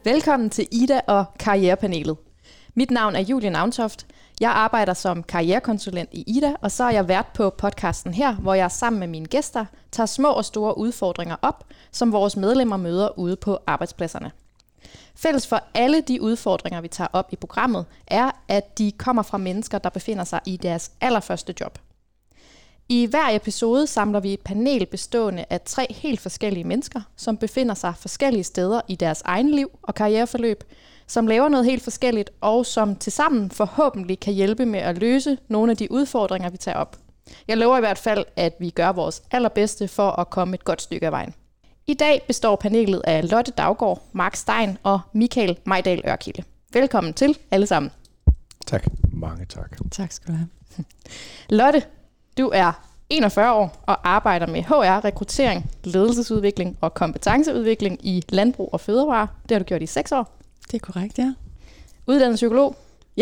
Velkommen til Ida og Karrierepanelet. Mit navn er Julie Navntoft. Jeg arbejder som karrierekonsulent i Ida, og så er jeg vært på podcasten her, hvor jeg sammen med mine gæster tager små og store udfordringer op, som vores medlemmer møder ude på arbejdspladserne. Fælles for alle de udfordringer, vi tager op i programmet, er, at de kommer fra mennesker, der befinder sig i deres allerførste job. I hver episode samler vi et panel bestående af 3 helt forskellige mennesker, som befinder sig forskellige steder i deres egen liv og karriereforløb, som laver noget helt forskelligt, og som tilsammen forhåbentlig kan hjælpe med at løse nogle af de udfordringer, vi tager op. Jeg lover i hvert fald, at vi gør vores allerbedste for at komme et godt stykke af vejen. I dag består panelet af Lotte Daugaard, Mark Stein og Michael Mejdal Ørkilde. Velkommen til alle sammen. Tak. Mange tak. Tak skal du have. Lotte, du er 41 år og arbejder med HR, rekruttering, ledelsesudvikling og kompetenceudvikling i landbrug og fødevare. Det har du gjort i 6 år. Det er korrekt, ja. Uddannet psykolog. Ja.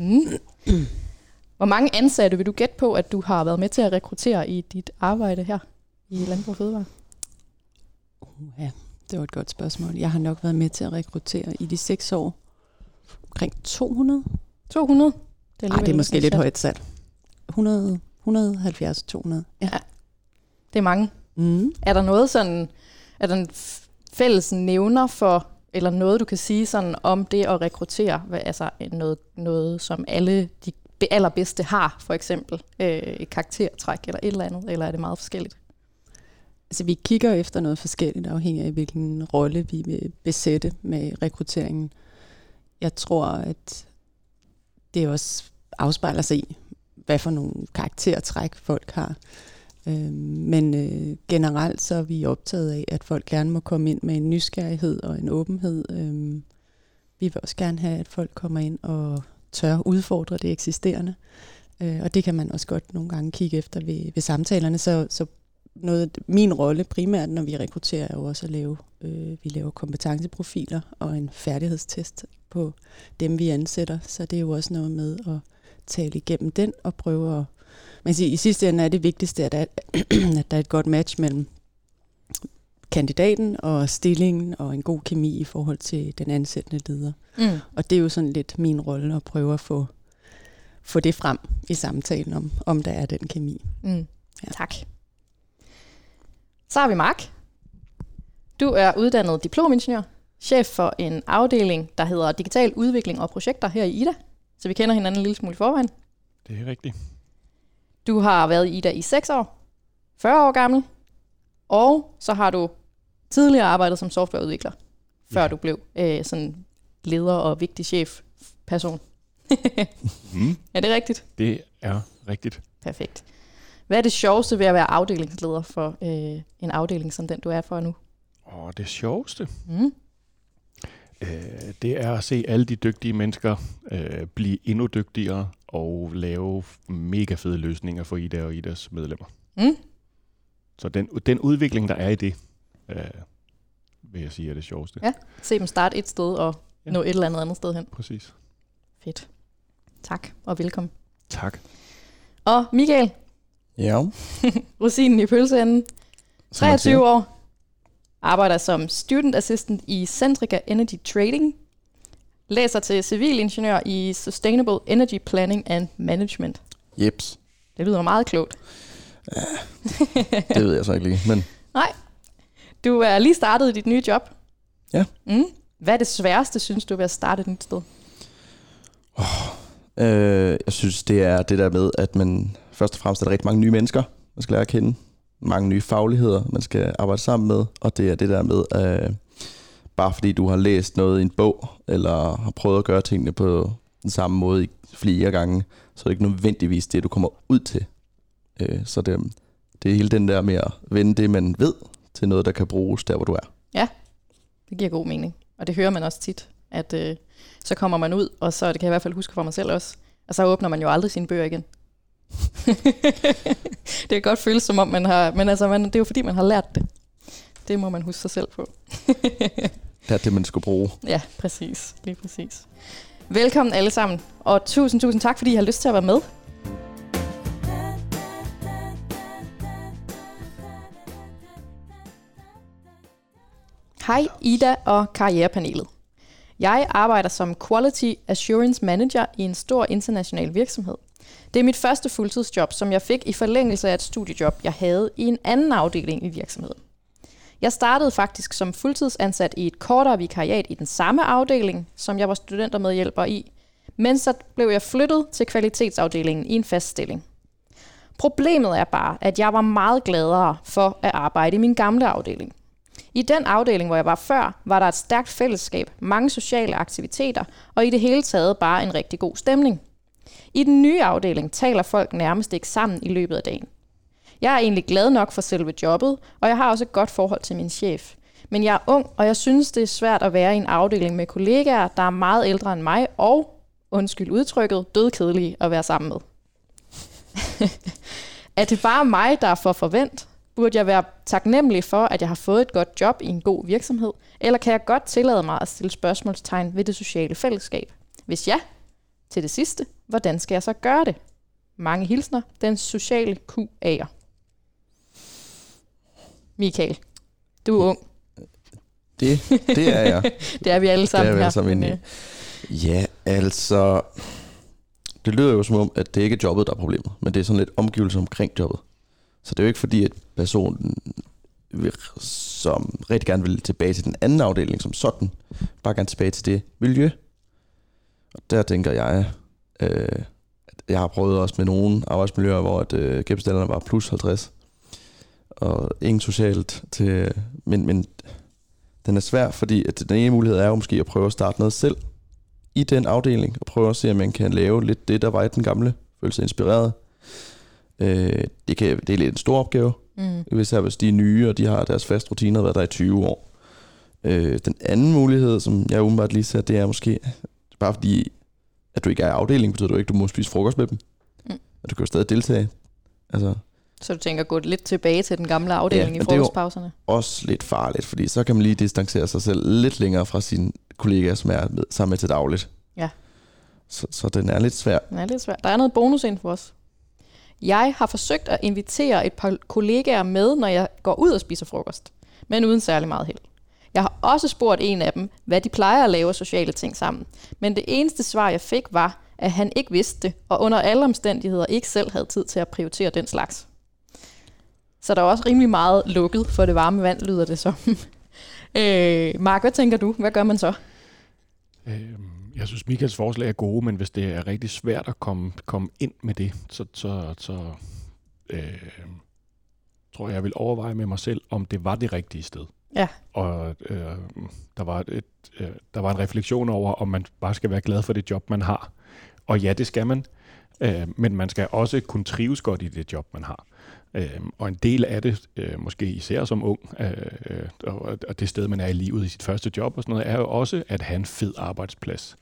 Hvor mange ansatte vil du gætte på, at du har været med til at rekruttere i dit arbejde her i landbrug og fødevare? Ja, det var et godt spørgsmål. Jeg har nok været med til at rekruttere i de 6 år omkring 200. 200? Det er måske lidt højt sat. 100, 170, 200. Ja. Det er mange. Er der noget sådan, er der en fælles nævner for, eller noget du kan sige sådan om det at rekruttere, altså noget som alle de allerbedste har, for eksempel et karaktertræk eller et eller andet, eller er det meget forskelligt? Altså vi kigger efter noget forskelligt, afhængig af hvilken rolle vi vil besætte med rekrutteringen. Jeg tror, at det også afspejler sig i, hvad for nogle karaktertræk folk har. Men generelt så er vi optaget af, at folk gerne må komme ind med en nysgerrighed og en åbenhed. Vi vil også gerne have, at folk kommer ind og tør udfordre det eksisterende. Og det kan man også godt nogle gange kigge efter ved samtalerne. Så min rolle primært, når vi rekrutterer, er jo også at vi laver kompetenceprofiler og en færdighedstest på dem, vi ansætter. Så det er jo også noget med at tale igennem den og prøve at... Men i sidste ende er det vigtigste, at der er et godt match mellem kandidaten og stillingen og en god kemi i forhold til den ansættende leder. Og det er jo sådan lidt min rolle at prøve at få det frem i samtalen om der er den kemi. Ja. Tak. Så har vi Mark. Du er uddannet diplomingeniør, chef for en afdeling, der hedder Digital Udvikling og Projekter her i Ida. Så vi kender hinanden en lille smule i forvejen. Det er rigtigt. Du har været i Ida i 6 år, 40 år gammel, og så har du tidligere arbejdet som softwareudvikler, før du blev sådan leder og vigtig chefperson. Er det rigtigt? Det er rigtigt. Perfekt. Hvad er det sjoveste ved at være afdelingsleder for en afdeling som den, du er for nu? Det sjoveste? Det er at se alle de dygtige mennesker blive endnu dygtigere og lave mega fede løsninger for Ida og Idas medlemmer. Så den udvikling, der er i det, vil jeg sige, er det sjoveste. Ja, se dem starte et sted og nå et eller andet sted hen. Præcis. Fedt. Tak og velkommen. Tak. Og Michael. Ja. Rosinen i pølseenden. 23 år. Arbejder som student assistant i Centrica Energy Trading. Læser til civilingeniør i Sustainable Energy Planning and Management. Jeps. Det lyder meget klogt. Ja, det ved jeg så ikke lige, men... Nej. Du er lige startet i dit nye job. Ja. Hvad er det sværeste, synes du, ved at starte et nyt sted? Jeg synes, det er det der med, at man først og fremmest er der rigtig mange nye mennesker, man skal lære at kende. Mange nye fagligheder, man skal arbejde sammen med. Og det er det der med, bare fordi du har læst noget i en bog, eller har prøvet at gøre tingene på den samme måde i flere gange, så er det ikke nødvendigvis det, du kommer ud til. Så det er hele den der med at vende det, man ved, til noget, der kan bruges der, hvor du er. Ja, det giver god mening. Og det hører man også tit, at så kommer man ud, og så det kan jeg i hvert fald huske for mig selv også, og så åbner man jo aldrig sine bøger igen. Det kan godt føles som om man har, men altså det er jo fordi man har lært det. Det må man huske sig selv på. Det er det, man skulle bruge. Ja, præcis. Lige præcis. Velkommen alle sammen, og tusind tak, fordi I har lyst til at være med. Hej Ida og Karrierepanelet. Jeg arbejder som Quality Assurance Manager i en stor international virksomhed. Det er mit første fuldtidsjob, som jeg fik i forlængelse af et studiejob, jeg havde i en anden afdeling i virksomheden. Jeg startede faktisk som fuldtidsansat i et kortere vikariat i den samme afdeling, som jeg var studentermedhjælper i, men så blev jeg flyttet til kvalitetsafdelingen i en fast stilling. Problemet er bare, at jeg var meget gladere for at arbejde i min gamle afdeling. I den afdeling, hvor jeg var før, var der et stærkt fællesskab, mange sociale aktiviteter og i det hele taget bare en rigtig god stemning. I den nye afdeling taler folk nærmest ikke sammen i løbet af dagen. Jeg er egentlig glad nok for selve jobbet, og jeg har også et godt forhold til min chef. Men jeg er ung, og jeg synes, det er svært at være i en afdeling med kollegaer, der er meget ældre end mig, og, undskyld udtrykket, dødkedelige at være sammen med. Er det bare mig, der er for forvent? Burde jeg være taknemmelig for, at jeg har fået et godt job i en god virksomhed? Eller kan jeg godt tillade mig at stille spørgsmålstegn ved det sociale fællesskab? Hvis ja, til det sidste, hvordan skal jeg så gøre det? Mange hilsner, den sociale QA'er. Michael, du er ung. Det er jeg. Det er vi alle sammen det er vi her. Alle sammen ja, altså... Det lyder jo som om, at det ikke er jobbet, der er problemet, men det er sådan lidt omgivelse omkring jobbet. Så det er jo ikke fordi, at personen, som rigtig gerne vil tilbage til den anden afdeling som sådan, bare gerne tilbage til det miljø. Og der tænker jeg, at jeg har prøvet også med nogle arbejdsmiljøer, hvor gennemsnittet var plus 50, og ingen socialt til, men den er svær, fordi at den ene mulighed er jo måske at prøve at starte noget selv i den afdeling, og prøve at se, om man kan lave lidt det, der var i den gamle, føle sig inspireret. Det er lidt en stor opgave, hvis de er nye, og de har deres faste rutiner, været der i 20 år. Den anden mulighed, som jeg umiddelbart lige ser, det er måske, bare fordi, at du ikke er i afdelingen, betyder du ikke, at du må spise frokost med dem. Og du kan jo stadig deltage. Altså, så du tænker at gå lidt tilbage til den gamle afdeling i frokostpauserne? Det er jo også lidt farligt, fordi så kan man lige distancere sig selv lidt længere fra sine kollegaer, som er sammen med til dagligt. Ja. Så den er lidt svær. Den er lidt svær. Der er noget bonusinfo også. Jeg har forsøgt at invitere et par kollegaer med, når jeg går ud og spiser frokost, men uden særlig meget held. Jeg har også spurgt en af dem, hvad de plejer at lave af sociale ting sammen, men det eneste svar, jeg fik, var, at han ikke vidste det, og under alle omstændigheder ikke selv havde tid til at prioritere den slags. Så der er også rimelig meget lukket for det varme vand, lyder det som. Mark, hvad tænker du? Hvad gør man så? Jeg synes, Michaels forslag er gode, men hvis det er rigtig svært at komme ind med det, så tror jeg vil overveje med mig selv, om det var det rigtige sted. Ja. Og der var en refleksion over, om man bare skal være glad for det job, man har. Og ja, det skal man, men man skal også kunne trives godt i det job, man har. Og en del af det, måske især som ung, og det sted, man er i livet i sit første job og sådan noget, er jo også at have en fed arbejdsplads.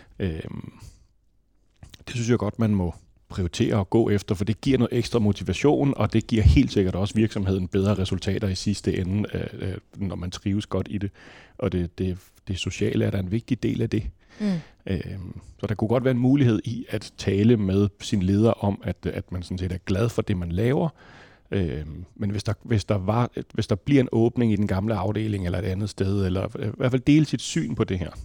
Det synes jeg godt, man må prioritere og gå efter, for det giver noget ekstra motivation, og det giver helt sikkert også virksomheden bedre resultater i sidste ende, når man trives godt i det. Og det sociale er da en vigtig del af det. Så der kunne godt være en mulighed i at tale med sin leder om, at man sådan set er glad for det, man laver. Men hvis der bliver en åbning i den gamle afdeling eller et andet sted, eller i hvert fald dele sit syn på det her.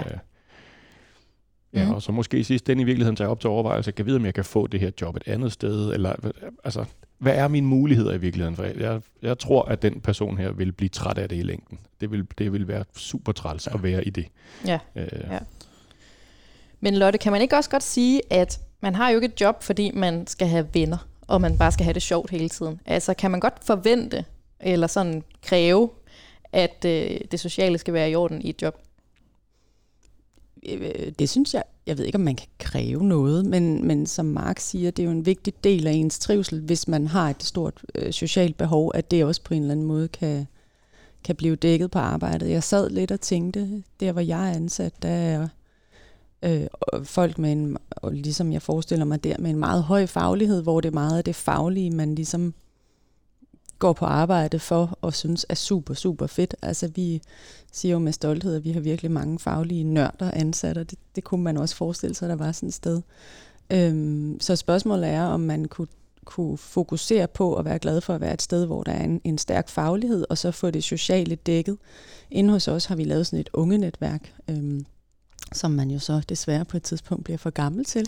Og så måske i sidste ende i virkeligheden tage op til overvejelse, kan jeg vide, om jeg kan få det her job et andet sted, eller altså, hvad er mine muligheder i virkeligheden? For jeg tror, at den person her vil blive træt af det i længden. Det vil være super træls at være i det. Ja. Men Lotte, kan man ikke også godt sige, at man har jo ikke et job, fordi man skal have venner, og man bare skal have det sjovt hele tiden? Altså, kan man godt forvente, eller sådan kræve, at det sociale skal være i orden i et job? Det synes jeg. Jeg ved ikke, om man kan kræve noget, men som Mark siger, det er jo en vigtig del af ens trivsel, hvis man har et stort socialt behov, at det også på en eller anden måde kan blive dækket på arbejdet. Jeg sad lidt og tænkte, der hvor jeg er ansat, der er folk med en, og ligesom jeg forestiller mig der, med en meget høj faglighed, hvor det er meget af det faglige, man ligesom går på arbejde for og synes er super, super fedt. Altså vi siger jo med stolthed, at vi har virkelig mange faglige nørder ansat, og det kunne man også forestille sig, at der var sådan et sted. Så spørgsmålet er, om man kunne fokusere på at være glad for at være et sted, hvor der er en stærk faglighed, og så få det sociale dækket. Inde hos os har vi lavet sådan et ungenetværk, som man jo så desværre på et tidspunkt bliver for gammel til,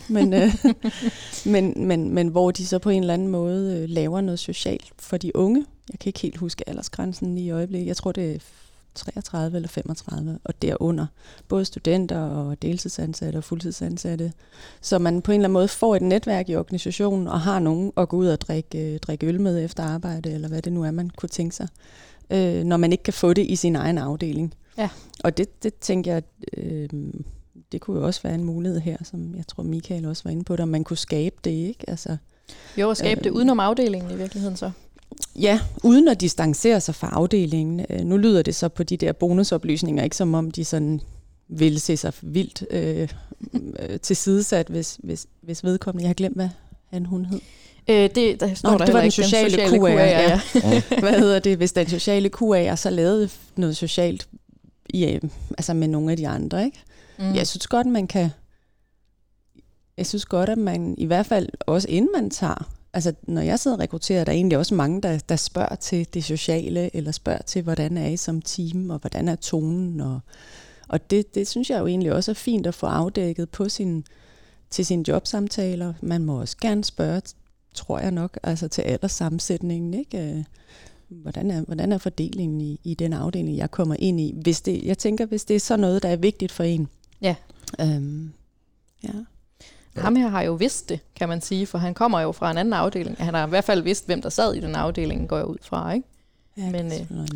men hvor de så på en eller anden måde laver noget socialt for de unge. Jeg kan ikke helt huske aldersgrænsen lige i øjeblikket. Jeg tror, det er 33 eller 35, og derunder både studenter og deltidsansatte og fuldtidsansatte. Så man på en eller anden måde får et netværk i organisationen og har nogen at gå ud og drikke øl med efter arbejde, eller hvad det nu er, man kunne tænke sig, når man ikke kan få det i sin egen afdeling. Ja. Og det tænker jeg, det kunne jo også være en mulighed her, som jeg tror Michael også var inde på, om man kunne skabe det, ikke? Altså, jo, at skabe det udenom afdelingen i virkeligheden så. Ja, uden at distancere sig fra afdelingen. Nu lyder det så på de der bonusoplysninger, ikke som om de sådan ville se sig vildt tilsidesat, hvis vedkommende. Jeg har glemt, hvad hun hed. Det var den sociale QA. Ja. Hvad hedder det? Hvis den sociale QA så lavede noget socialt altså med nogle af de andre, ikke? Jeg synes godt, at man i hvert fald også inden man tager, altså når jeg sidder og rekrutterer, der er egentlig også mange, der spørger til det sociale, eller spørger til, hvordan er I som team, og hvordan er tonen, og det synes jeg jo egentlig også er fint at få afdækket til sine jobsamtaler. Man må også gerne spørge, tror jeg nok, altså til alderssammensætningen, ikke? Hvordan er fordelingen i den afdeling, jeg kommer ind i? Jeg tænker, hvis det er så noget, der er vigtigt for en. Ja. Ja. Ham her har jo vidst det, kan man sige, for han kommer jo fra en anden afdeling. Han har i hvert fald vidst, hvem der sad i den afdeling, går jeg ud fra, ikke? Ja, men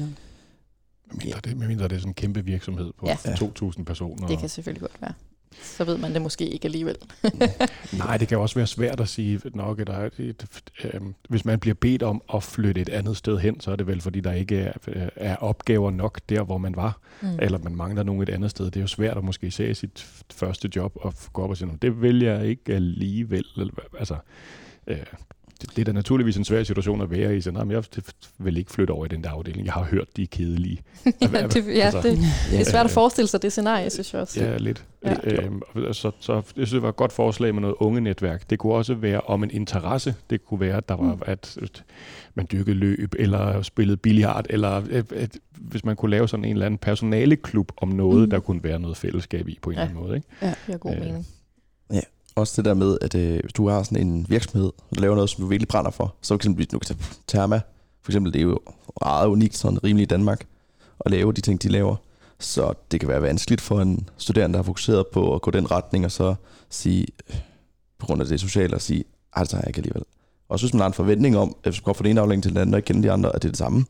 mindre det er sådan en kæmpe virksomhed på 2.000 personer. Det kan selvfølgelig godt være. Så ved man det måske ikke alligevel. Nej, det kan også være svært at sige nok, at hvis man bliver bedt om at flytte et andet sted hen, så er det vel, fordi der ikke er opgaver nok der, hvor man var, eller man mangler nogen et andet sted. Det er jo svært at måske se sit første job og gå op og sige, det vil jeg ikke alligevel. Altså, det er da naturligvis en svær situation at være i, så jeg vil ikke flytte over i den der afdeling. Jeg har hørt, de er kedelige. Det er svært at forestille sig det scenarie, synes jeg også. Ja, lidt. Ja. Så jeg synes, det var et godt forslag med noget unge-netværk. Det kunne også være om en interesse. Det kunne være, at der var, at man dyrkede løb, eller spillede billard, eller hvis man kunne lave sådan en eller anden personaleklub om noget, der kunne være noget fællesskab i på en eller anden måde. Ikke? Ja, det er god mening. Ja. Også det der med, at hvis du har sådan en virksomhed, der laver noget, som du virkelig brænder for, så for eksempel, hvis du kan tage Therma, for eksempel, det er jo meget unikt sådan rimelig i Danmark, at lave de ting, de laver. Så det kan være vanskeligt for en studerende, der har fokuseret på at gå den retning, og så sige, på grund af det sociale, og sige, det tager jeg ikke alligevel. Og så hvis man har en forventning om, at hvis man går fra den ene afdeling til den anden, og ikke kender de andre, at det er det samme.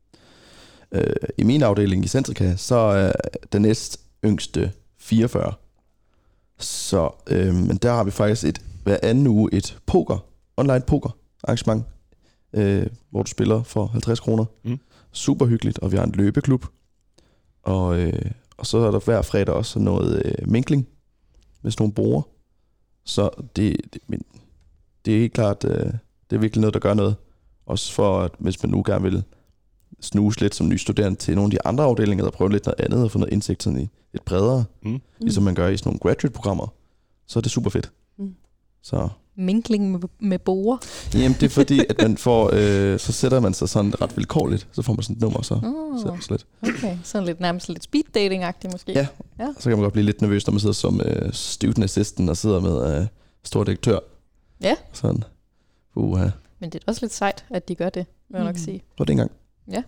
I min afdeling i Centrica, så er den næst yngste 44. Så men der har vi faktisk hver anden uge et online poker arrangement, hvor du spiller for 50 kroner. Super hyggeligt, og vi har en løbeklub. Og så er der hver fredag også noget minkling med sådan nogle borer. Så det er helt klart, det er virkelig noget, der gør noget. Også for, at hvis man nu gerne vil snuse lidt som ny studerende til nogle af de andre afdelinger, der prøver lidt noget andet og få noget indsigt sådan i lidt bredere, ligesom man gør i sådan nogle graduate-programmer, så er det super fedt. Så. Minkling med borer? Jamen, det er fordi, at man får, så sætter man sig sådan ret vilkårligt, så får man sådan et nummer, så lidt. Okay, sådan lidt nærmest lidt speed dating-agtigt måske. Ja, så kan man godt blive lidt nervøs, når man sidder som student assistant og sidder med stor direktør. Ja. Sådan. Men det er også lidt sejt, at de gør det, vil jeg nok sige. Prøv det engang. Ja.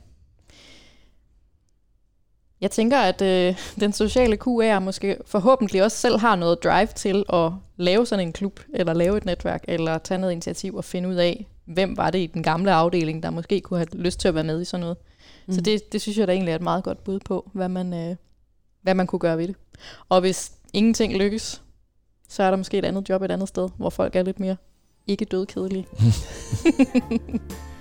Jeg tænker, at den sociale QA'er måske forhåbentlig også selv har noget drive til at lave sådan en klub, eller lave et netværk, eller tage noget initiativ og finde ud af, hvem var det i den gamle afdeling, der måske kunne have lyst til at være med i sådan noget. Så det synes jeg da egentlig er et meget godt bud på, hvad man kunne gøre ved det. Og hvis ingenting lykkes, så er der måske et andet job et andet sted, hvor folk er lidt mere ikke dødkedelige.